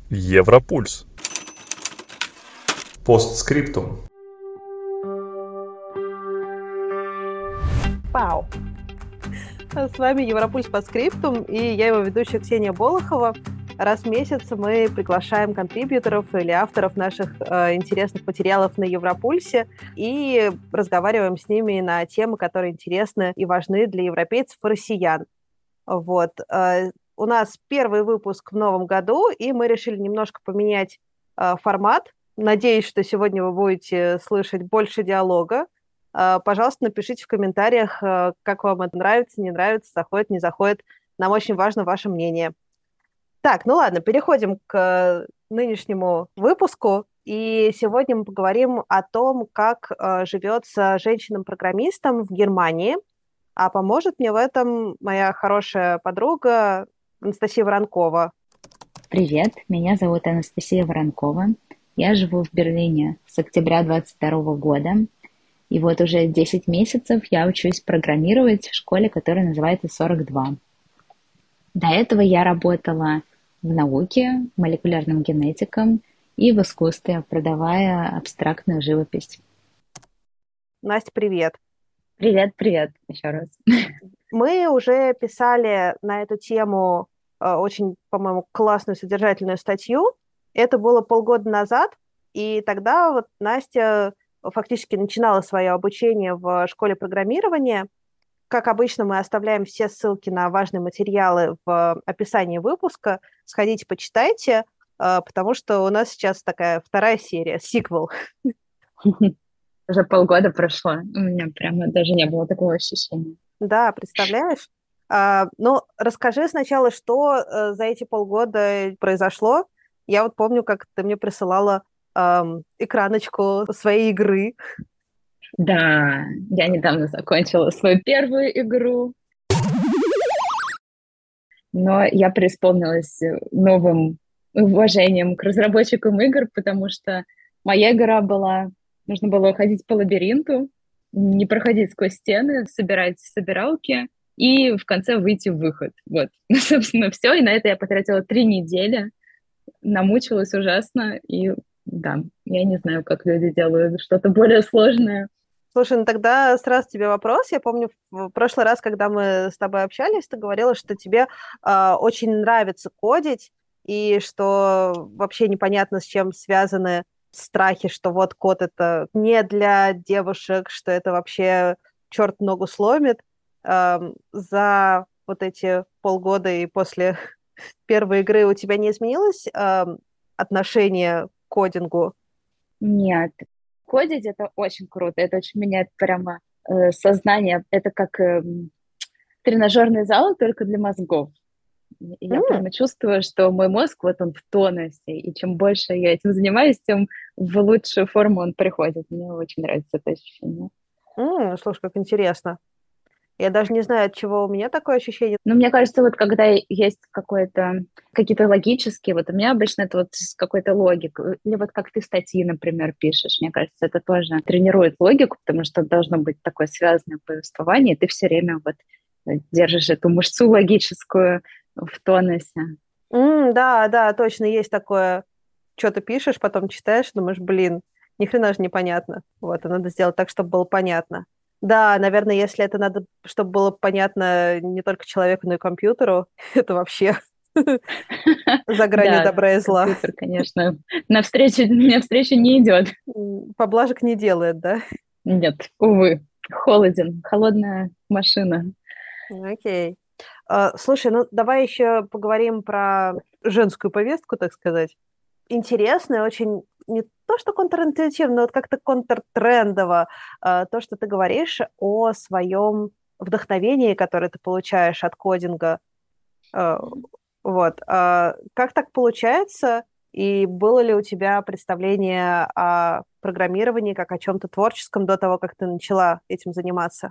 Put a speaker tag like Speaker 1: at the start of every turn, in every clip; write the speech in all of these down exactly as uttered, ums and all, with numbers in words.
Speaker 1: Европульс. Постскриптум.
Speaker 2: Пау! С вами Европульс по скриптум, и я его ведущая Ксения Болохова. Раз в месяц мы приглашаем контрибьюторов или авторов наших э, интересных материалов на Европульсе и разговариваем с ними на темы, которые интересны и важны для европейцев и россиян. Вот. Э, у нас первый выпуск в новом году, и мы решили немножко поменять э, формат. Надеюсь, что сегодня вы будете слышать больше диалога. Э, пожалуйста, напишите в комментариях, э, как вам это нравится, не нравится, заходит, не заходит. Нам очень важно ваше мнение. Так, ну ладно, переходим к нынешнему выпуску. И сегодня мы поговорим о том, как э, живется женщинам-программистам в Германии. А поможет мне в этом моя хорошая подруга Анастасия Воронкова.
Speaker 3: Привет, меня зовут Анастасия Воронкова. Я живу в Берлине с октября двадцать второго года. И вот уже десять месяцев я учусь программировать в школе, которая называется сорок два. До этого я работала в науке, молекулярным генетиком и в искусстве, продавая абстрактную живопись.
Speaker 2: Настя, привет.
Speaker 3: Привет, привет еще раз.
Speaker 2: Мы уже писали на эту тему э, очень, по-моему, классную содержательную статью. Это было полгода назад, и тогда вот Настя фактически начинала свое обучение в школе программирования. Как обычно, мы оставляем все ссылки на важные материалы в описании выпуска. Сходите, почитайте, э, потому что у нас сейчас такая вторая серия, сиквел.
Speaker 3: Уже полгода прошло, у меня прямо даже не было такого ощущения.
Speaker 2: Да, представляешь? А, ну, расскажи сначала, что э, за эти полгода произошло. Я вот помню, как ты мне присылала эм, экраночку своей игры.
Speaker 3: Да, я недавно закончила свою первую игру, но я преисполнилась новым уважением к разработчикам игр, потому что моя игра была... Нужно было ходить по лабиринту, не проходить сквозь стены, собирать собиралки и в конце выйти в выход. Вот, ну, собственно, все. И на это я потратила три недели, намучилась ужасно. И да, я не знаю, как люди делают что-то более сложное.
Speaker 2: Слушай, ну тогда сразу тебе вопрос. Я помню, в прошлый раз, когда мы с тобой общались, ты говорила, что тебе э, очень нравится кодить, и что вообще непонятно, с чем связаны страхи, что вот код это не для девушек, что это вообще черт ногу сломит. Эм, за вот эти полгода и после первой игры у тебя не изменилось эм, отношение к кодингу?
Speaker 3: Нет, кодить это очень круто, это очень меняет прямо э, сознание. Это как э, тренажерный зал, только для мозгов. И я
Speaker 2: М,
Speaker 3: прямо чувствую, что мой мозг, вот он в тонусе, и чем больше я этим занимаюсь, тем в лучшую форму он приходит. Мне очень нравится это ощущение.
Speaker 2: м, слушай, как интересно. Я даже не знаю, от чего у меня такое ощущение.
Speaker 3: Но мне кажется, вот когда есть какое-то, какие-то логические, вот у меня обычно это вот с какой-то логикой, или вот как ты статьи, например, пишешь, мне кажется, это тоже тренирует логику, потому что должно быть такое связанное повествование, и ты все время вот держишь эту мышцу логическую в тонусе.
Speaker 2: М, да, да, точно есть такое. Что ты пишешь, потом читаешь, думаешь, блин, ни хрена же непонятно. Вот, и надо сделать так, чтобы было понятно. Да, наверное, если это надо, чтобы было понятно не только человеку, но и компьютеру, это вообще за гранью
Speaker 3: Да,
Speaker 2: добра и зла.
Speaker 3: компьютер, конечно, навстречу, навстречу не идет.
Speaker 2: М, Поблажек не делает, да?
Speaker 3: Нет, увы, холоден, холодная машина.
Speaker 2: Окей. А, слушай, ну давай еще поговорим про женскую повестку, так сказать. Интересно, и очень не то, что контринтуитивно, но вот как-то контртрендово а, то, что ты говоришь о своем вдохновении, которое ты получаешь от кодинга. А, Вот. А как так получается? И было ли у тебя представление о программировании как о чем-то творческом до того, как ты начала этим заниматься?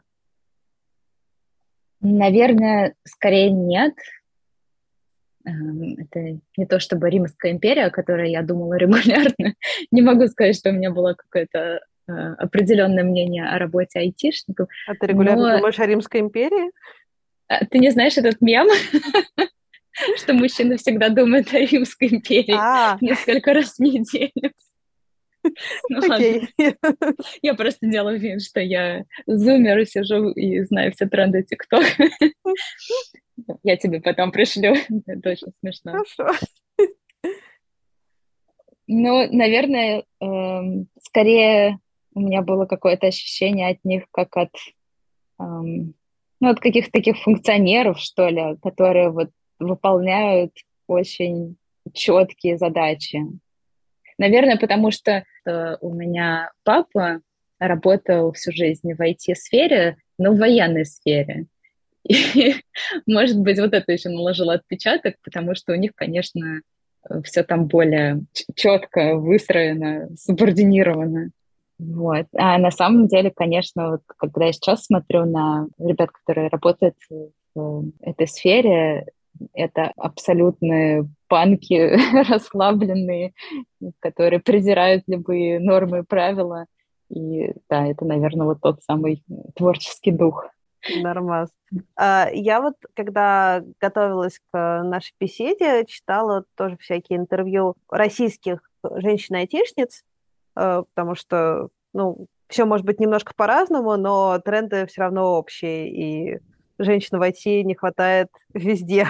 Speaker 3: Наверное, скорее нет. Эм, Это не то чтобы Римская империя, о которой я думала регулярно. Не могу сказать, что у меня было какое-то э, определенное мнение о работе айтишников,
Speaker 2: А ты регулярно
Speaker 3: но
Speaker 2: думаешь о Римской империи?
Speaker 3: э, ты не знаешь этот мем? что мужчины всегда думают о Римской империи
Speaker 2: А,
Speaker 3: несколько раз в неделю. Ну ладно,
Speaker 2: окей.
Speaker 3: я просто делаю вид, что я зумер и сижу и знаю все тренды ТикТок. Я тебе потом пришлю. Это очень смешно.
Speaker 2: Хорошо.
Speaker 3: Ну, наверное, эм, скорее у меня было какое-то ощущение от них, как от, эм, ну, от каких-то таких функционеров, что ли, которые вот выполняют очень четкие задачи. Наверное, потому что э, у меня папа работал всю жизнь в ай ти-сфере, но в военной сфере. И, может быть, вот это еще наложило отпечаток, потому что у них, конечно, все там более четко выстроено, субординировано. Вот. А на самом деле, конечно, вот когда я сейчас смотрю на ребят, которые работают в этой сфере, это абсолютные панки расслабленные, которые презирают любые нормы и правила. И да, это, наверное, вот тот самый творческий дух.
Speaker 2: Нормас. А, Я вот, когда готовилась к нашей беседе, читала тоже всякие интервью российских женщин-айтишниц, э, потому что, ну, все может быть немножко по-разному, но тренды все равно общие, и женщин в ай ти не хватает везде.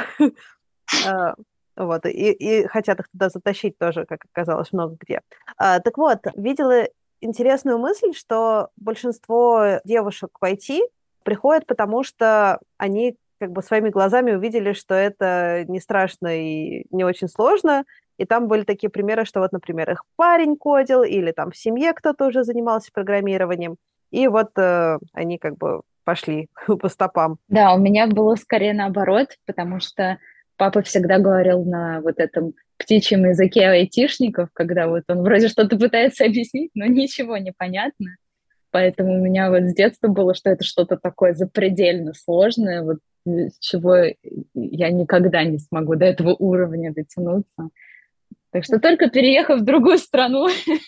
Speaker 2: А, Вот, и, и хотят их туда затащить тоже, как оказалось, много где. А, Так вот, видела интересную мысль, что большинство девушек в ай ти приходят, потому что они как бы своими глазами увидели, что это не страшно и не очень сложно. И там были такие примеры, что вот, например, их парень кодил, или там в семье кто-то уже занимался программированием, и вот э, они как бы пошли по стопам.
Speaker 3: Да, у меня было скорее наоборот, потому что папа всегда говорил на вот этом птичьем языке айтишников, когда вот он вроде что-то пытается объяснить, но ничего не понятно. Поэтому у меня вот с детства было, что это что-то такое запредельно сложное, вот э, с чего я никогда не смогу до этого уровня дотянуться. Так что только переехав в другую страну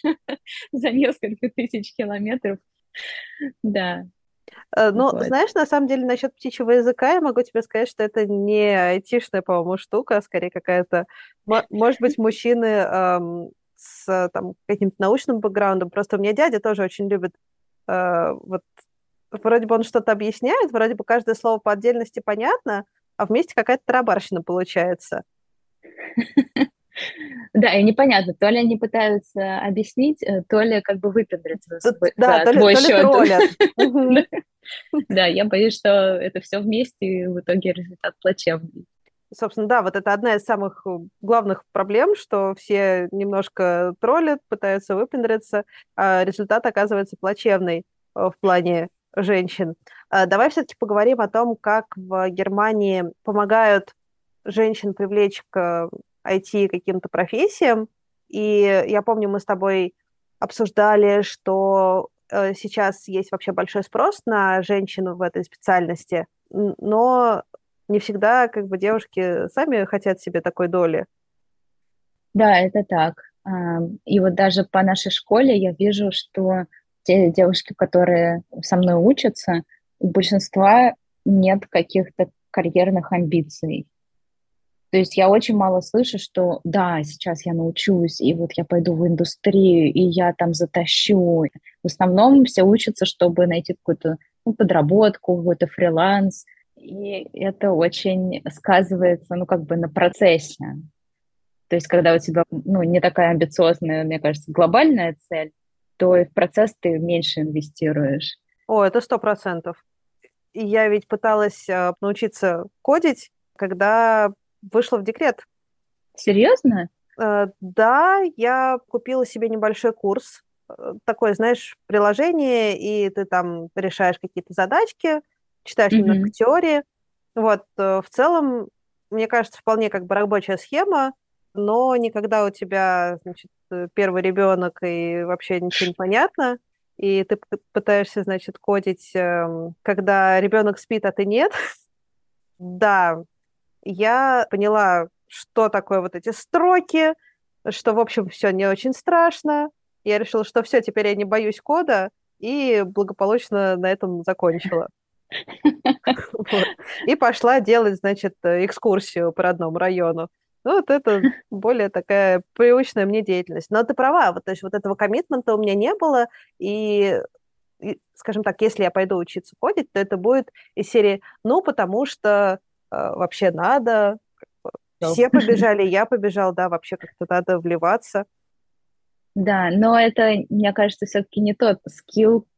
Speaker 3: за несколько тысяч километров, да,
Speaker 2: Э, Ну,
Speaker 3: вот.
Speaker 2: знаешь, на самом деле, насчет птичьего языка я могу тебе сказать, что это не айтишная, по-моему, штука, а скорее какая-то... мо- Может быть, мужчины эм, с там, каким-то научным бэкграундом. Просто у меня дядя тоже очень любит... э, вот вроде бы он что-то объясняет, вроде бы каждое слово по отдельности понятно, а вместе какая-то тарабарщина получается.
Speaker 3: Да, и непонятно, то ли они пытаются объяснить, э, то ли как бы выпендрить за,
Speaker 2: Тут-
Speaker 3: свой-
Speaker 2: Да,
Speaker 3: за
Speaker 2: то ли,
Speaker 3: твой
Speaker 2: то ли
Speaker 3: счет.
Speaker 2: троллят.
Speaker 3: Да,
Speaker 2: Мгм.
Speaker 3: да, я боюсь, что это все вместе, и в итоге результат плачевный.
Speaker 2: Собственно, да, вот это одна из самых э, главных проблем, что все немножко троллят, пытаются выпендриться, а результат оказывается плачевный э, в плане женщин. А Давай все-таки поговорим о том, как в Германии помогают женщин привлечь к ай ти каким-то профессиям. И я помню, мы с тобой обсуждали, что э, сейчас есть вообще большой спрос на женщин в этой специальности, н- но не всегда как бы девушки сами хотят себе такой доли.
Speaker 3: Да, это так. А, И вот даже по нашей школе я вижу, что те девушки, которые со мной учатся, у большинства нет каких-то карьерных амбиций. То есть я очень мало слышу, что да, сейчас я научусь, и вот я пойду в индустрию, и я там затащу. В основном все учатся, чтобы найти какую-то ну, подработку, какой-то фриланс. И это очень сказывается, ну, как бы на процессе. То есть когда у тебя, ну, не такая амбициозная, мне кажется, глобальная цель, то и в процесс ты меньше инвестируешь.
Speaker 2: О, это сто процентов. И я ведь пыталась э, научиться кодить, когда вышла в декрет.
Speaker 3: Серьезно?
Speaker 2: Э, да, я купила себе небольшой курс, э, такое, знаешь, приложение, и ты там решаешь какие-то задачки, читаешь немножко
Speaker 3: Мгм.
Speaker 2: теории. Вот, э, в целом, мне кажется, вполне как бы рабочая схема, но никогда у тебя, значит, э, первый ребенок и вообще ничего не понятно, и ты п- пытаешься, значит, кодить, эм, когда ребенок спит, а ты нет. Да, я поняла, что такое вот эти строки, что, в общем, все не очень страшно. Я решила, что все, теперь я не боюсь кода, и благополучно на этом закончила. Вот. И пошла делать, значит, э, экскурсию по родному району. Ну, вот это более такая привычная мне деятельность. Но ты права, вот, то есть вот этого коммитмента у меня не было, и, и, скажем так, если я пойду учиться кодить, то это будет из серии, ну, потому что э, вообще надо,
Speaker 3: Да.
Speaker 2: все побежали, я побежал, да, вообще как-то надо вливаться.
Speaker 3: Да, но это, мне кажется, все-таки не тот скилл,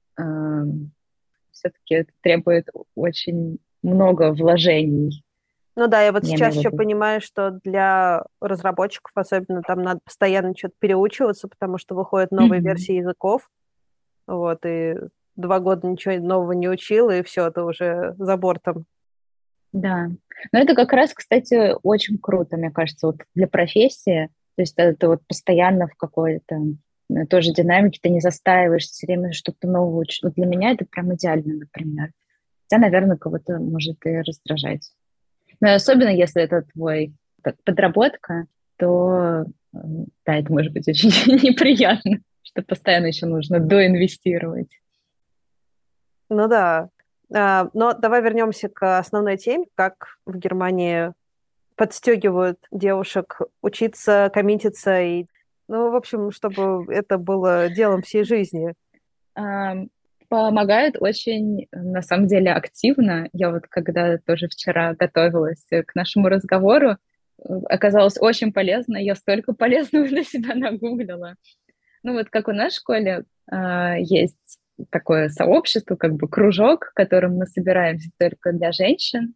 Speaker 3: все-таки это требует очень много вложений,
Speaker 2: Ну да, я вот
Speaker 3: я имею
Speaker 2: сейчас
Speaker 3: в
Speaker 2: еще
Speaker 3: виду.
Speaker 2: понимаю, что для разработчиков особенно там надо постоянно что-то переучиваться, потому что выходят новые
Speaker 3: Мгм.
Speaker 2: версии языков, вот, и два года ничего нового не учил, и все, ты уже за бортом.
Speaker 3: Да, но это как раз, кстати, очень круто, мне кажется, вот для профессии, то есть это вот постоянно в какой-то э, тоже динамике, ты не застаиваешься все время что-то новое учишь. Вот для меня это прям идеально, например. Хотя, наверное, кого-то может и раздражать. Но особенно если это твой так, подработка, то э, да, это может быть очень неприятно, что постоянно еще нужно доинвестировать.
Speaker 2: Ну да. А, но давай вернемся к основной теме, как в Германии подстегивают девушек учиться, коммититься, и, ну, в общем, чтобы это было делом всей жизни.
Speaker 3: Ам, Помогают очень, на самом деле, активно. Я вот когда тоже вчера готовилась э, к нашему разговору, э, оказалось очень полезно. Я столько полезного для себя нагуглила. Ну вот как у нас в школе а, есть такое сообщество, как бы кружок, в котором мы собираемся только для женщин,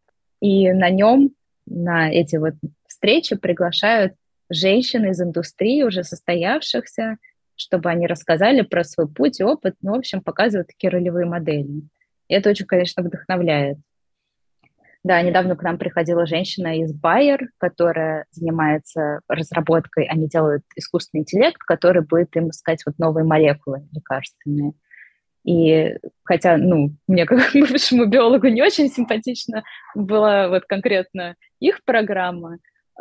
Speaker 3: и на нем, на эти вот встречи приглашают женщин из индустрии, уже состоявшихся, чтобы они рассказали про свой путь и опыт, ну, в общем, показывают такие ролевые модели. И это очень, конечно, вдохновляет. Да, недавно к нам приходила женщина из Bayer, которая занимается разработкой, они делают искусственный интеллект, который будет им искать вот новые молекулы лекарственные. И хотя, ну, мне как бывшему биологу не очень симпатично была вот конкретно их программа,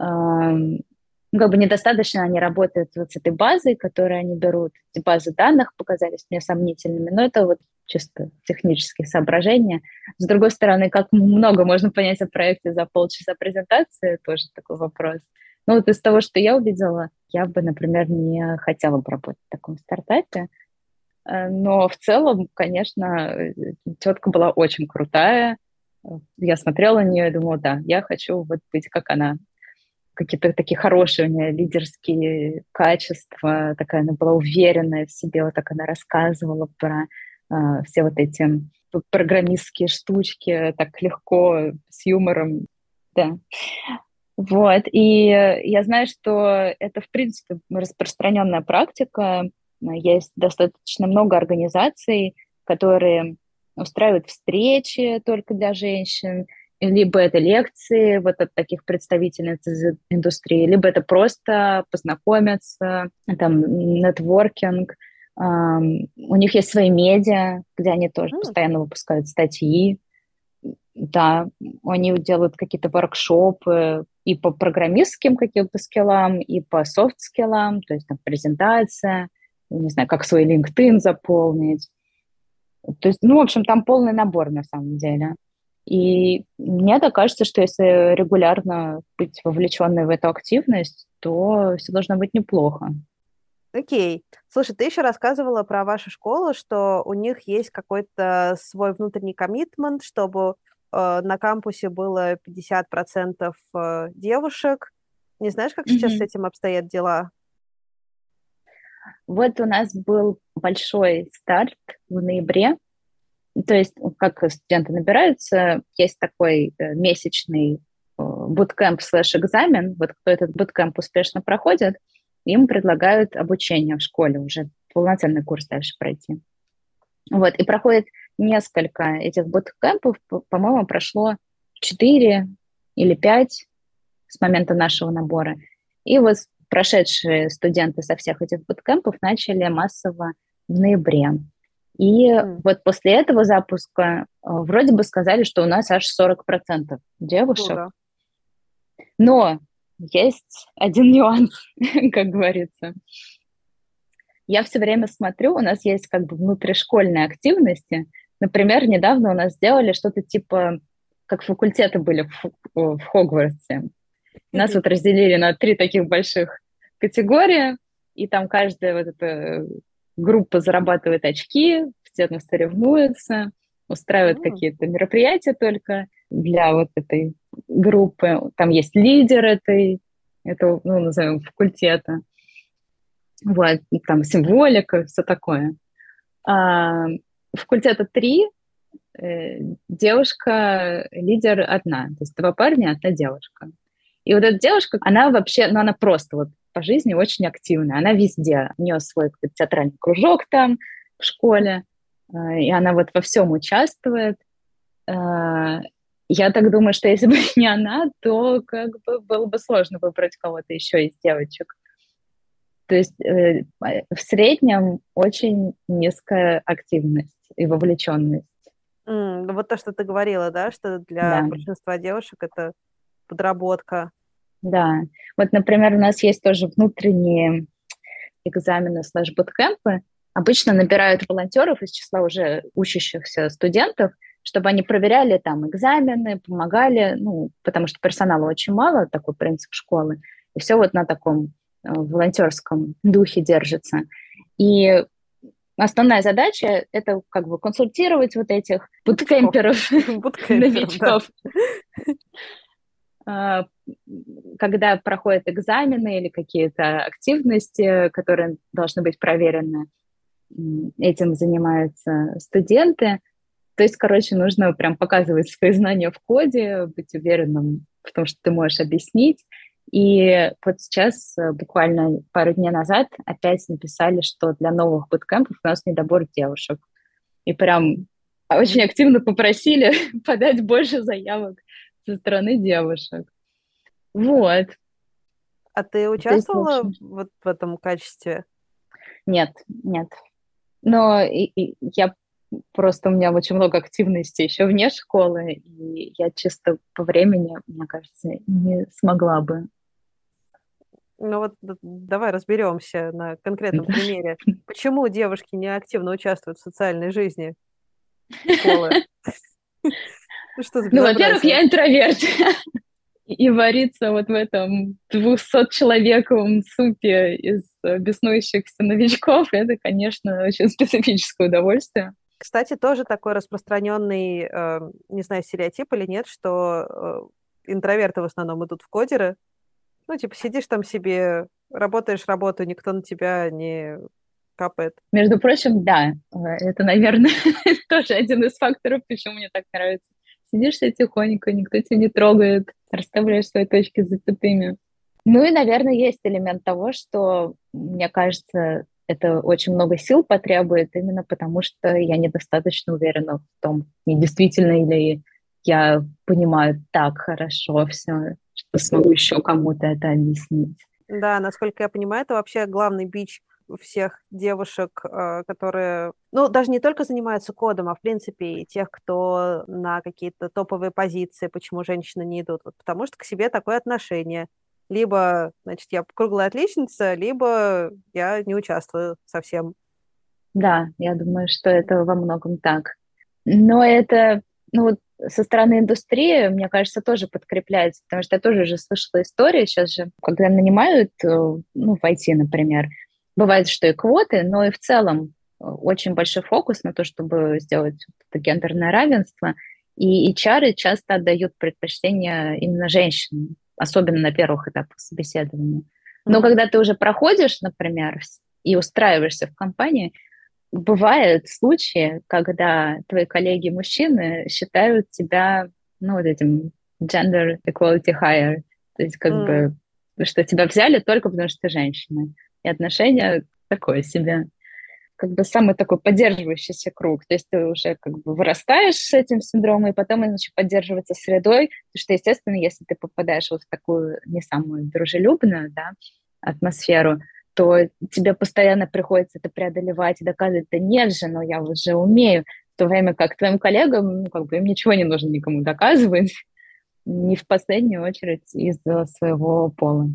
Speaker 3: эм, ну, как бы недостаточно они работают вот с этой базой, которую они берут. Эти базы данных показались мне сомнительными, но это вот чисто технические соображения. С другой стороны, как много можно понять о проекте за полчаса презентации, тоже такой вопрос. Ну вот из того, что я увидела, я бы, например, не хотела бы работать в таком стартапе. Э, Но в целом, конечно, э, тетка была очень крутая. Э, Я смотрела на нее и думала, да, я хочу вот быть как она. Какие-то такие хорошие у нее лидерские качества, такая она была уверенная в себе, вот так она рассказывала про э, все вот эти программистские штучки, так легко, с юмором, да. Вот, и э, я знаю, что это, в принципе, распространенная практика. Есть достаточно много организаций, которые устраивают встречи только для женщин, либо это лекции вот от таких представительниц из индустрии, либо это просто познакомиться, там, нетворкинг. Ам, У них есть свои медиа, где они тоже
Speaker 2: М,
Speaker 3: постоянно выпускают статьи. Да, они делают какие-то воркшопы и по программистским каким-то скиллам, и по софт-скиллам, то есть там презентация, не знаю, как свой LinkedIn заполнить. То есть, ну, в общем, там полный набор на самом деле. И мне так кажется, что если регулярно быть вовлеченной в эту активность, то все должно быть неплохо.
Speaker 2: Окей. Слушай, ты еще рассказывала про вашу школу, что у них есть какой-то свой внутренний коммитмент, чтобы э, на кампусе было пятьдесят процентов э, девушек. Не знаешь, как сейчас с
Speaker 3: Мгм.
Speaker 2: этим обстоят дела?
Speaker 3: Вот у нас был большой старт в ноябре. То есть, ну, как студенты набираются, есть такой э, месячный э, буткемп слэш-экзамен. Вот кто этот буткемп успешно проходит, им предлагают обучение в школе, уже полноценный курс дальше пройти. Вот, и проходит несколько этих буткемпов, по- по-моему, прошло четыре или пять с момента нашего набора. И вот прошедшие студенты со всех этих буткемпов начали массово в ноябре. И
Speaker 2: М,
Speaker 3: вот после этого запуска э, вроде бы сказали, что у нас аж сорок процентов девушек.
Speaker 2: круто.
Speaker 3: Но есть один нюанс, как говорится. Я все время смотрю, у нас есть как бы внутришкольные активности, Например, недавно у нас сделали что-то типа, как факультеты были в, Хо- в Хогвартсе. Нас вот разделили на три таких больших категории, и там каждая вот эта группа зарабатывает очки, все там соревнуются, устраивают
Speaker 2: М,
Speaker 3: какие-то мероприятия только для вот этой группы. Там есть лидер этой, этого, ну, назовем, факультета. Вот, и там символика, все такое. А, факультета три, э, девушка, лидер одна, то есть два парня, одна девушка. И вот эта девушка, она вообще, ну, она просто вот по жизни очень активная, она везде. У нее свой какой-то театральный кружок там в школе, э, и она вот во всем участвует. Э, Я так думаю, что если бы не она, то как бы было бы сложно выбрать кого-то еще из девочек. То есть э, в среднем очень низкая активность и вовлеченность.
Speaker 2: м, ну вот то, что ты говорила, да, что для
Speaker 3: Да,
Speaker 2: большинства девушек это подработка.
Speaker 3: да. Вот, например, у нас есть тоже внутренние экзамены слэш-буткемпы. Обычно набирают волонтеров из числа уже учащихся студентов, чтобы они проверяли там экзамены, помогали, ну, потому что персонала очень мало, такой принцип школы, и все вот на таком э, волонтерском духе держится. И основная задача — это как бы консультировать вот этих
Speaker 2: Новичков.
Speaker 3: буткемперов,
Speaker 2: Буткемперов, да.
Speaker 3: новичков, а, когда проходят экзамены или какие-то активности, которые должны быть проверены, этим занимаются студенты. То есть, короче, нужно прям показывать свои знания в коде, быть уверенным в том, что ты можешь объяснить. И вот сейчас, э, буквально пару дней назад, опять написали, что для новых буткемпов у нас недобор девушек. И прям очень
Speaker 2: Мгм.
Speaker 3: активно попросили подать больше заявок со стороны девушек. Вот.
Speaker 2: А ты
Speaker 3: То есть, в
Speaker 2: участвовала
Speaker 3: общем,
Speaker 2: вот в этом качестве?
Speaker 3: нет, нет. Но и, и я просто, у меня очень много активности еще вне школы, и я чисто по времени, мне кажется, не смогла бы.
Speaker 2: Ну вот д- давай разберемся на конкретном примере. Почему девушки не активно участвуют в социальной жизни школы? Ну что за
Speaker 3: Ну, во-первых,
Speaker 2: безобразие?
Speaker 3: я интроверт, и вариться вот в этом двухсот-человековом супе из э, беснующихся новичков — это, конечно, очень специфическое удовольствие.
Speaker 2: Кстати, тоже такой распространенный, э, не знаю, стереотип или нет, что э, интроверты в основном идут в кодеры. Ну, типа, сидишь там себе, работаешь работу, никто на тебя не капает.
Speaker 3: Между прочим, да, э, это, наверное, тоже один из факторов, почему мне так нравится. Сидишь себе тихонько, никто тебя не трогает, расставляешь свои точки с запятыми. Ну и, наверное, есть элемент того, что, мне кажется, это очень много сил потребует, именно потому что я недостаточно уверена в том, не действительно ли я понимаю так хорошо все, что смогу еще кому-то это объяснить.
Speaker 2: Да, насколько я понимаю, это вообще главный бич всех девушек, э, которые, ну, даже не только занимаются кодом, а в принципе и тех, кто на какие-то топовые позиции, почему женщины не идут. Вот потому что к себе такое отношение. Либо, значит, я круглая отличница, либо я не участвую совсем.
Speaker 3: Да, я думаю, что это во многом так. Но это, ну вот со стороны индустрии, мне кажется, тоже подкрепляется, потому что я тоже уже слышала истории сейчас же, когда нанимают, э, ну, в ай ти, например, бывает, что и квоты, но и в целом э, очень большой фокус на то, чтобы сделать вот это гендерное равенство, и эйч ар часто отдают предпочтение именно женщинам, особенно на первых этапах собеседования. Но
Speaker 2: Мгм.
Speaker 3: когда ты уже проходишь, например, и устраиваешься в компании, бывают случаи, когда твои коллеги-мужчины считают тебя, ну, вот этим gender equality hire, то есть как
Speaker 2: М.
Speaker 3: бы, что тебя взяли только потому, что ты женщина. И отношение такое себе. Как бы самый такой поддерживающийся круг. То есть ты уже как бы вырастаешь с этим синдромом, и потом он еще поддерживается средой, потому что, естественно, если ты попадаешь вот в такую не самую дружелюбную, да, атмосферу, то тебе постоянно приходится это преодолевать и доказывать: да нет же, но я уже умею, в то время как твоим коллегам, ну, как бы им ничего не нужно никому доказывать, не в последнюю очередь из-за своего пола.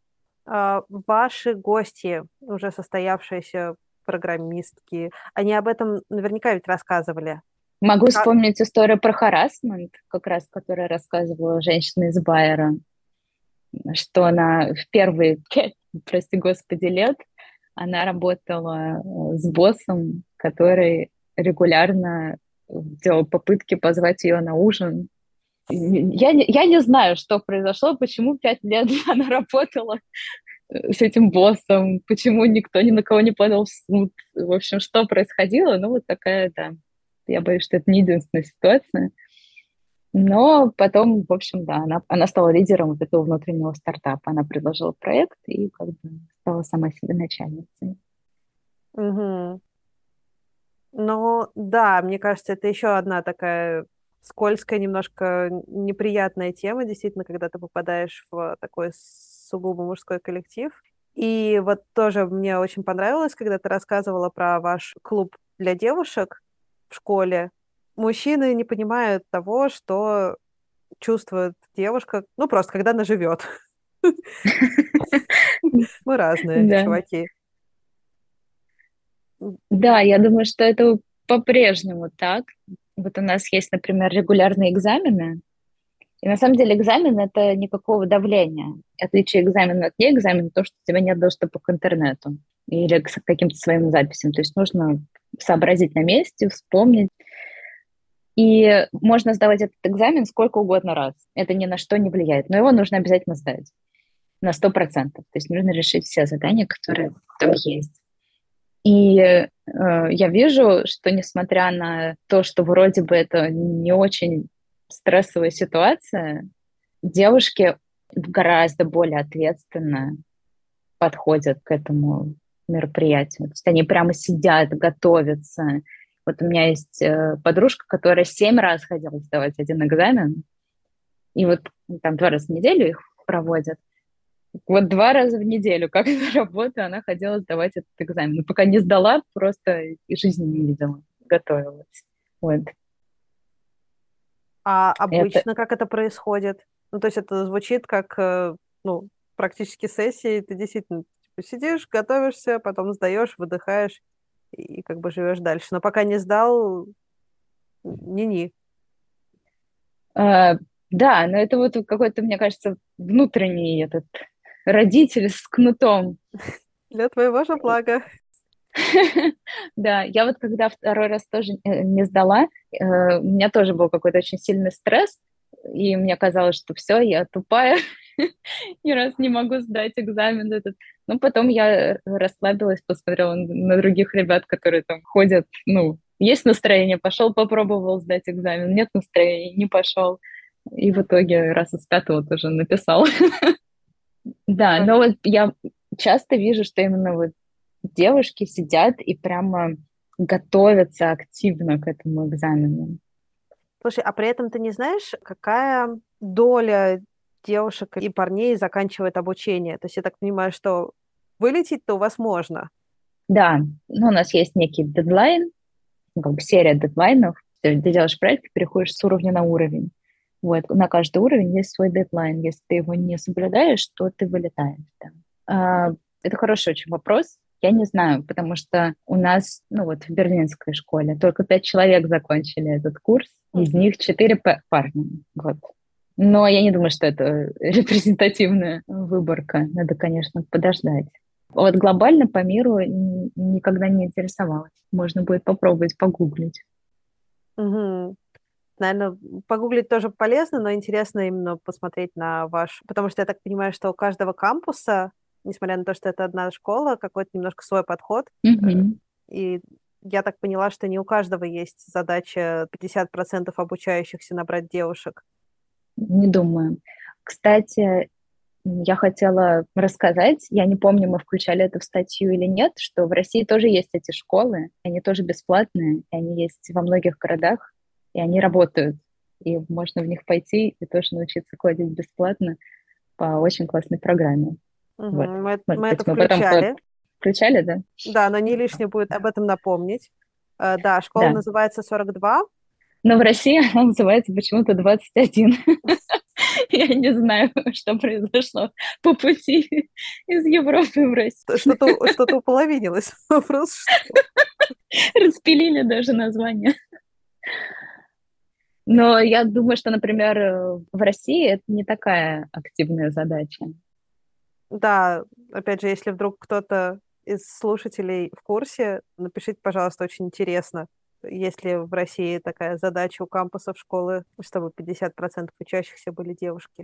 Speaker 2: А, ваши гости, уже состоявшиеся программистки, они об этом наверняка ведь рассказывали.
Speaker 3: Могу
Speaker 2: Как?
Speaker 3: вспомнить историю про харассмент, как раз, которая рассказывала женщина из Байера, что она в первые пять, прости господи, лет она работала э, с боссом, который регулярно делал попытки позвать ее на ужин. Я не, я не знаю, что произошло, почему пять лет она работала э, с этим боссом, почему никто ни на кого не подал в суд. В общем, что происходило? Ну, вот такая, да. Я боюсь, что это не единственная ситуация. Но потом, в общем, да, она, она стала лидером вот этого внутреннего стартапа. Она предложила проект и как бы стала сама себе начальницей.
Speaker 2: Мгм. Ну, да, мне кажется, это еще одна такая скользкая, немножко неприятная тема, действительно, когда ты попадаешь в такой сугубо мужской коллектив. И вот тоже мне очень понравилось, когда ты рассказывала про ваш клуб для девушек в школе. Мужчины не понимают того, что чувствует девушка, ну, просто когда она живет. Мы разные,
Speaker 3: Да.
Speaker 2: чуваки.
Speaker 3: Да, я думаю, что это по-прежнему так. Вот у нас есть, например, регулярные экзамены. И на самом деле экзамен — это никакого давления. Отличие экзамена от неэкзамена — то, что у тебя нет доступа к интернету или к с- каким-то своим записям. То есть нужно сообразить на месте, вспомнить. И можно сдавать этот экзамен сколько угодно раз. Это ни на что не влияет. Но его нужно обязательно сдать на сто процентов. То есть нужно решить все задания, которые там есть. И э, я вижу, что несмотря на то, что вроде бы это не очень стрессовая ситуация, девушки гораздо более ответственно подходят к этому мероприятию. То есть они прямо сидят, готовятся. Вот у меня есть э, подружка, которая семь раз ходила сдавать один экзамен, и вот ну, там два раза в неделю их проводят. Вот два раза в неделю, как на работу, она ходила сдавать этот экзамен. Но пока не сдала, просто и жизни не видела, готовилась. Вот.
Speaker 2: А
Speaker 3: Это,
Speaker 2: обычно как это происходит? Ну, то есть это звучит как, э, ну, практически сессии. Ты действительно типа, сидишь, готовишься, потом сдаешь, выдыхаешь и как бы живешь дальше. Но пока не сдал, ни-ни.
Speaker 3: э, да, но это вот какой-то, мне кажется, внутренний этот родитель с кнутом.
Speaker 2: Для твоего же блага.
Speaker 3: Да, я вот когда второй раз тоже э, не сдала, э, у меня тоже был какой-то очень сильный стресс, и мне казалось, что все, я тупая, ни раз не могу сдать экзамен этот. Но потом я расслабилась, посмотрела на других ребят, которые там ходят, ну, есть настроение, пошел, попробовал сдать экзамен, нет настроения, не пошел. И в итоге раз из пятого тоже написал. Да, но вот я часто вижу, что именно вот девушки сидят и прямо готовятся активно к этому экзамену.
Speaker 2: Слушай, а при этом ты не знаешь, какая доля девушек и парней заканчивает обучение? То есть я так понимаю, что вылететь-то у вас можно.
Speaker 3: Да, ну, у нас есть некий дедлайн, ну, как бы серия дедлайнов. Ты, ты делаешь проект, ты переходишь с уровня на уровень. Вот, на каждый уровень есть свой дедлайн. Если ты его не соблюдаешь, то ты вылетаешь. Да. А, это хороший очень вопрос. Я не знаю, потому что у нас, ну вот в берлинской школе только пять человек закончили этот курс, из
Speaker 2: Мгм.
Speaker 3: них четыре п- парня. Вот. Но я не думаю, что это репрезентативная выборка. Надо, конечно, подождать. Вот глобально по миру н- никогда не интересовалась. Можно будет попробовать погуглить.
Speaker 2: Мгм. Наверное, погуглить тоже полезно, но интересно именно посмотреть на ваш... Потому что я так понимаю, что у каждого кампуса, несмотря на то, что это одна школа, какой-то немножко свой подход. Э,
Speaker 3: Мгм.
Speaker 2: И я так поняла, что не у каждого есть задача пятьдесят процентов обучающихся набрать девушек.
Speaker 3: Не думаю. Кстати, м, я хотела рассказать, я не помню, мы включали это в статью или нет, что в России тоже есть эти школы, они тоже бесплатные, и они есть во многих городах, и они работают. И можно в них пойти и тоже научиться кодить бесплатно по очень классной программе. Вот.
Speaker 2: Мгм. Мы,
Speaker 3: Может
Speaker 2: мы это
Speaker 3: быть, мы потом
Speaker 2: включали.
Speaker 3: включали, да?
Speaker 2: Да, но не лишнее будет об этом напомнить. Э, Да, школа
Speaker 3: Да.
Speaker 2: называется сорок два.
Speaker 3: Но в России она называется почему-то двадцать один. Я не знаю, что произошло по пути из Европы в Россию.
Speaker 2: Что-то что-то уполовинилось. Вопрос, что...
Speaker 3: Распилили даже название. Но я думаю, что, например, э, в России это не такая активная задача.
Speaker 2: Да, опять же, если вдруг кто-то из слушателей в курсе, напишите, пожалуйста, очень интересно, есть ли в России такая задача у кампусов школы, чтобы пятьдесят процентов учащихся были девушки.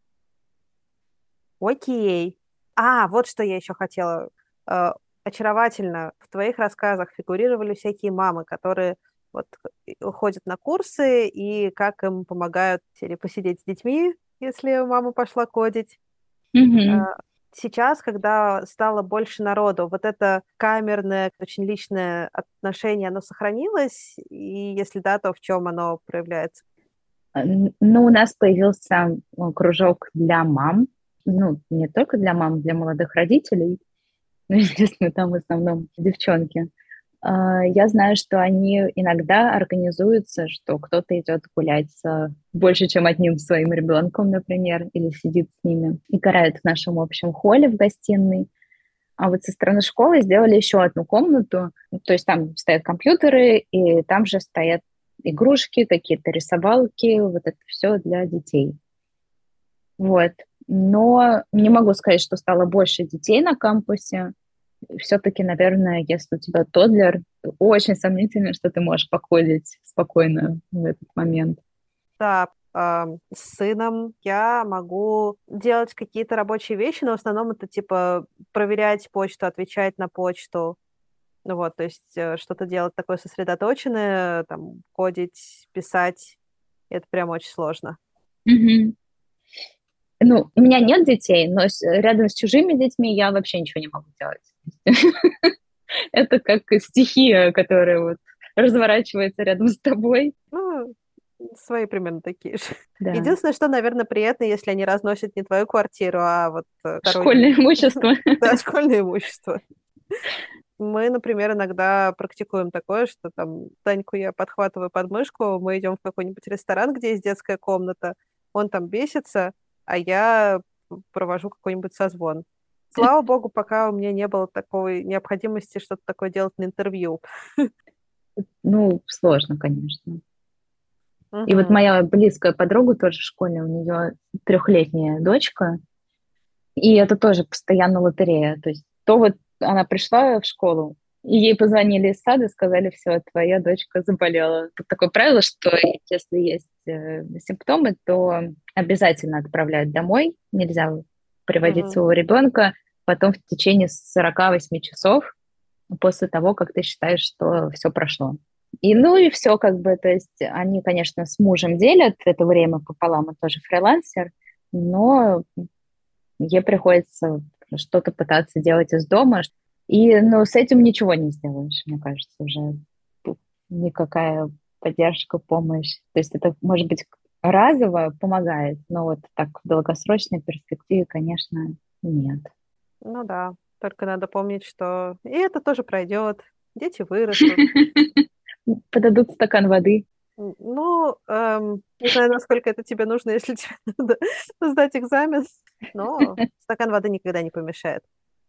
Speaker 2: Окей. А, вот что я еще хотела. Э, Очаровательно в твоих рассказах фигурировали всякие мамы, которые вот э, ходят на курсы, и как им помогают или посидеть с детьми, если мама пошла кодить.
Speaker 3: Мгм.
Speaker 2: Э, Сейчас, когда стало больше народу, вот это камерное, очень личное отношение, оно сохранилось? И если да, то в чем оно проявляется?
Speaker 3: А, н- Ну, у нас появился э, кружок для мам. Ну, не только для мам, для молодых родителей. Ну, естественно, там в основном девчонки. А, Я знаю, что они иногда организуются, что кто-то идет гулять с больше, чем одним своим ребенком, например, или сидит с ними, играет в нашем общем холле в гостиной. А вот со стороны школы сделали еще одну комнату, ну, то есть там стоят компьютеры, и там же стоят игрушки, какие-то рисовалки, вот это все для детей. Вот. Но не могу сказать, что стало больше детей на кампусе. Все-таки, наверное, если у тебя тоддлер, то очень сомнительно, что ты можешь покодить спокойно в этот момент.
Speaker 2: Да, ам, с сыном я могу делать какие-то рабочие вещи, но в основном это типа проверять почту, отвечать на почту. Ну вот, то есть э, что-то делать такое сосредоточенное, там, кодить, писать, это прям очень сложно.
Speaker 3: Мгм. Ну, у меня нет детей, но с- рядом с чужими детьми я вообще ничего не могу делать. Это как стихия, которая вот разворачивается рядом с тобой.
Speaker 2: Ну, свои примерно такие же.
Speaker 3: Да.
Speaker 2: Единственное, что, наверное, приятно, если они разносят не твою квартиру, а вот э,
Speaker 3: Школьное
Speaker 2: сторонние,
Speaker 3: имущество.
Speaker 2: да, школьное имущество. Мы, например, иногда практикуем такое, что там Таньку я подхватываю под мышку, мы идем в какой-нибудь ресторан, где есть детская комната, он там бесится, а я провожу какой-нибудь созвон. Слава богу, пока у меня не было такой необходимости что-то такое делать на интервью.
Speaker 3: Ну, сложно, конечно. И вот
Speaker 2: Мгм.
Speaker 3: моя близкая подруга тоже в школе, у нее трехлетняя дочка, и это тоже постоянно лотерея. То есть то вот она пришла в школу, и ей позвонили из сада, сказали, все, твоя дочка заболела. Тут такое правило, что если есть э, симптомы, то обязательно отправляют домой. Нельзя приводить
Speaker 2: Мгм.
Speaker 3: своего ребенка потом в течение сорока восьми часов после того, как ты считаешь, что все прошло. И ну и все как бы, то есть они, конечно, с мужем делят это время пополам, он тоже фрилансер, но ей приходится что-то пытаться делать из дома. И, ну, с этим ничего не сделаешь, мне кажется, уже тут никакая поддержка, помощь. То есть это, может быть, разово помогает, но вот так в долгосрочной перспективе, конечно, нет.
Speaker 2: Ну да, только надо помнить, что и это тоже пройдет, дети вырастут.
Speaker 3: Подадут стакан воды.
Speaker 2: М, Ну, эм, не знаю, насколько это тебе нужно, если тебе надо сдать экзамен, но стакан воды никогда не помешает.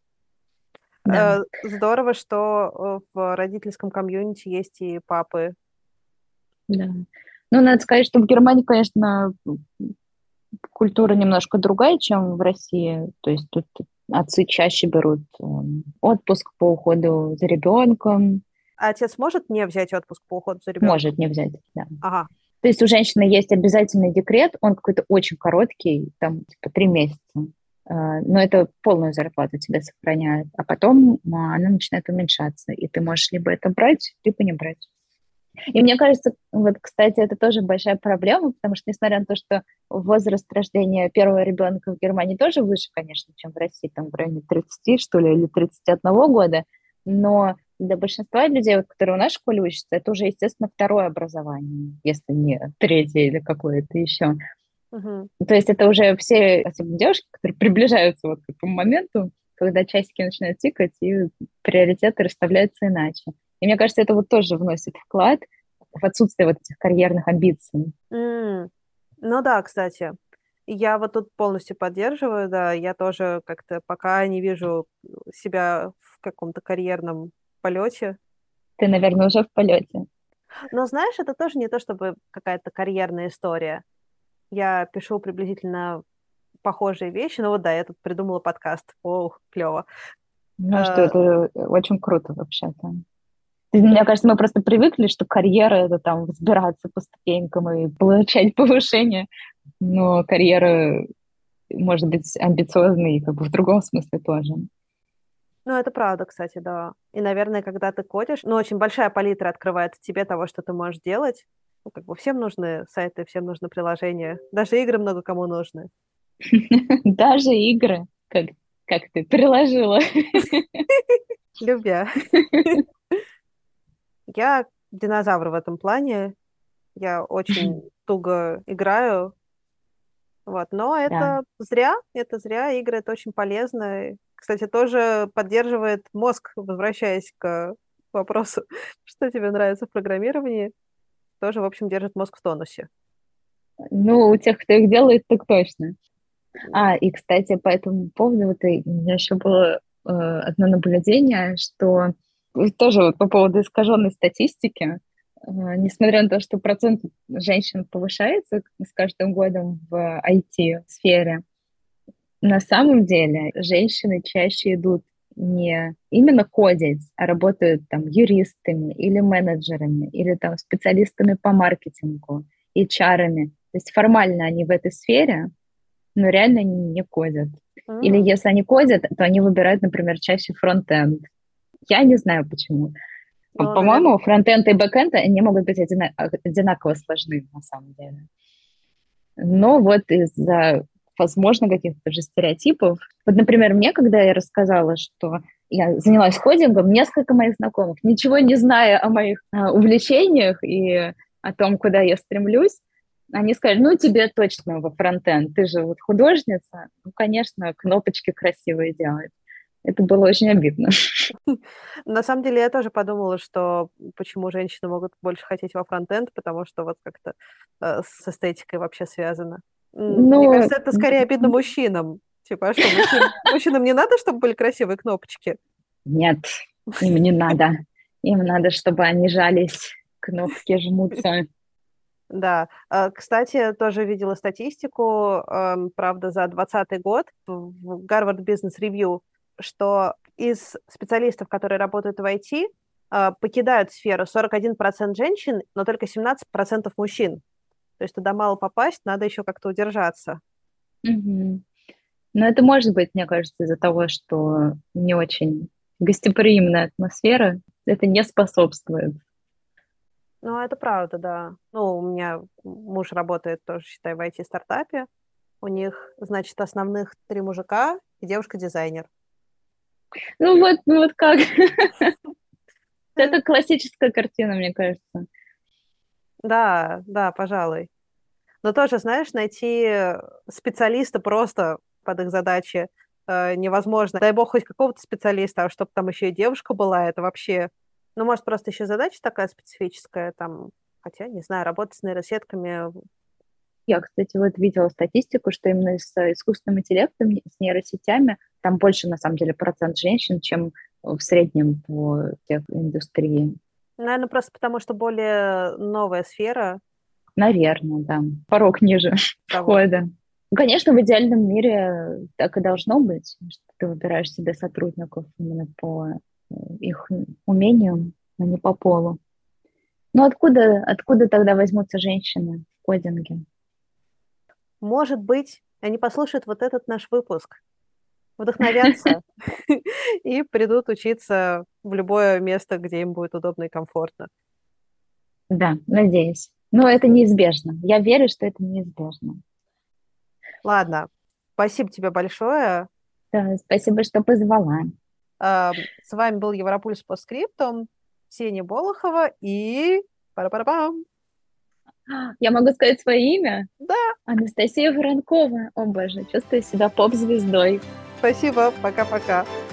Speaker 3: Да,
Speaker 2: Э, Здорово, что э, в родительском комьюнити есть и папы.
Speaker 3: да. Ну, надо сказать, что в Германии, конечно, культура немножко другая, чем в России. То есть тут отцы чаще берут эм, отпуск по уходу за ребенком.
Speaker 2: А отец может не взять отпуск по уходу за
Speaker 3: Может
Speaker 2: ребенком?
Speaker 3: не взять, да.
Speaker 2: Ага.
Speaker 3: То есть у женщины есть обязательный декрет, он какой-то очень короткий, там типа три месяца. Э, Но это полную зарплату тебе сохраняют. А потом а, она начинает уменьшаться. И ты можешь либо это брать, либо не брать. И мне кажется, вот, кстати, это тоже большая проблема, потому что, несмотря на то, что возраст рождения первого ребенка в Германии тоже выше, конечно, чем в России, там в районе тридцати, что ли, или тридцати одного года, но для большинства людей, вот, которые у нас в школе учатся, это уже, естественно, второе образование, если не третье или какое-то еще.
Speaker 2: Мгм.
Speaker 3: То есть это уже все, особенно девушки, которые приближаются вот к этому моменту, когда часики начинают тикать, и приоритеты расставляются иначе. И мне кажется, это вот тоже вносит вклад в отсутствие вот этих карьерных амбиций.
Speaker 2: М, Ну да, кстати. Я вот тут полностью поддерживаю, да, я тоже как-то пока не вижу себя в каком-то карьерном полете.
Speaker 3: Ты, наверное, уже в полете.
Speaker 2: Но знаешь, это тоже не то чтобы какая-то карьерная история. Я пишу приблизительно похожие вещи. Ну вот да, я тут придумала подкаст. О, клево.
Speaker 3: Ну что, это очень круто вообще-то. Мне кажется, мы просто привыкли, что карьера — это там взбираться по ступенькам и получать повышение. Но карьера может быть амбициозной и как бы в другом смысле тоже.
Speaker 2: Ну, это правда, кстати, да. И, наверное, когда ты кодишь, ну, очень большая палитра открывается тебе того, что ты можешь делать. Ну, как бы всем нужны сайты, всем нужны приложения. Даже игры много кому нужны.
Speaker 3: Даже игры, как, как ты приложила.
Speaker 2: Любя. Я динозавр в этом плане. Я очень туго играю. Вот. Но
Speaker 3: Да.
Speaker 2: это зря. Это зря. Игры — это очень полезно. Кстати, тоже поддерживает мозг, возвращаясь к вопросу, что тебе нравится в программировании. Тоже, в общем, держит мозг в тонусе.
Speaker 3: Ну, у тех, кто их делает, так точно. А, и, кстати, по этому поводу вот и у меня еще было э, одно наблюдение, что тоже вот по поводу искаженной статистики, э, несмотря на то, что процент женщин повышается с каждым годом в ай ти-сфере, на самом деле женщины чаще идут не именно кодить, а работают там юристами или менеджерами, или там специалистами по маркетингу, эйч ар-ами. То есть формально они в этой сфере, но реально они не кодят. Или
Speaker 2: М.
Speaker 3: если они кодят, то они выбирают, например, чаще фронт-энд. Я не знаю почему. По-
Speaker 2: Ну, наверное,
Speaker 3: По-моему, фронт-энд и бэк-энд, они могут быть одина- одинаково сложны на самом деле. Но вот из-за, возможно, каких-то же стереотипов. Вот, например, мне, когда я рассказала, что я занялась кодингом, несколько моих знакомых, ничего не зная о моих а, увлечениях и о том, куда я стремлюсь, они сказали: ну, тебе точно во фронтенд, ты же вот художница, ну, конечно, кнопочки красивые делать. Это было очень обидно.
Speaker 2: на самом деле я тоже подумала, что почему женщины могут больше хотеть во фронтенд, потому что вот как-то э, с эстетикой вообще связано. М, Мне
Speaker 3: Ну,
Speaker 2: кажется, это скорее обидно мужчинам. Типа, а что, мужчин, мужчинам не надо, чтобы были красивые кнопочки?
Speaker 3: нет, им не надо. Им надо, чтобы они жались, кнопки жмутся.
Speaker 2: Да. Э, Кстати, тоже видела статистику, эм, правда, за двадцатый год в в Harvard Business Review, что из специалистов, которые работают в ай ти, э, покидают сферу сорок один процент женщин, но только семнадцать процентов мужчин. То есть туда мало попасть, надо еще как-то удержаться.
Speaker 3: Мгм. Но это может быть, мне кажется, из-за того, что не очень гостеприимная атмосфера, это не способствует.
Speaker 2: Ну, это правда, да. Ну, у меня муж работает тоже, считай, в ай ти-стартапе. У них, значит, основных три мужика и девушка-дизайнер.
Speaker 3: Ну вот, ну вот как? Это классическая картина, мне кажется.
Speaker 2: Да, да, пожалуй. Но тоже, знаешь, найти специалиста просто под их задачи э, невозможно. Дай бог хоть какого-то специалиста, а чтобы там еще и девушка была, это вообще... Ну, может, просто еще задача такая специфическая, там, хотя, не знаю, работать с нейросетками.
Speaker 3: Я, кстати, вот видела статистику, что именно с искусственным интеллектом, с нейросетями, там больше, на самом деле, процент женщин, чем в среднем по тех индустрии.
Speaker 2: Наверное, просто потому, что более новая сфера
Speaker 3: Наверное, да. Порог ниже
Speaker 2: того.
Speaker 3: входа. Ну, конечно, в идеальном мире так и должно быть, что ты выбираешь себе сотрудников именно по э, их умениям, а не по полу. Но откуда, откуда тогда возьмутся женщины в кодинге?
Speaker 2: Может быть, они послушают вот этот наш выпуск, вдохновятся и придут учиться в любое место, где им будет удобно и комфортно.
Speaker 3: Да, надеюсь. Но это неизбежно. Я верю, что это неизбежно.
Speaker 2: Ладно, спасибо тебе большое.
Speaker 3: Да, спасибо, что позвала.
Speaker 2: А, С вами был Европульс по скриптум, Ксения Болохова и... Пара-пара-пам.
Speaker 3: Я могу сказать свое имя?
Speaker 2: Да,
Speaker 3: Анастасия Воронкова. О боже, чувствую себя поп-звездой.
Speaker 2: спасибо, пока-пока.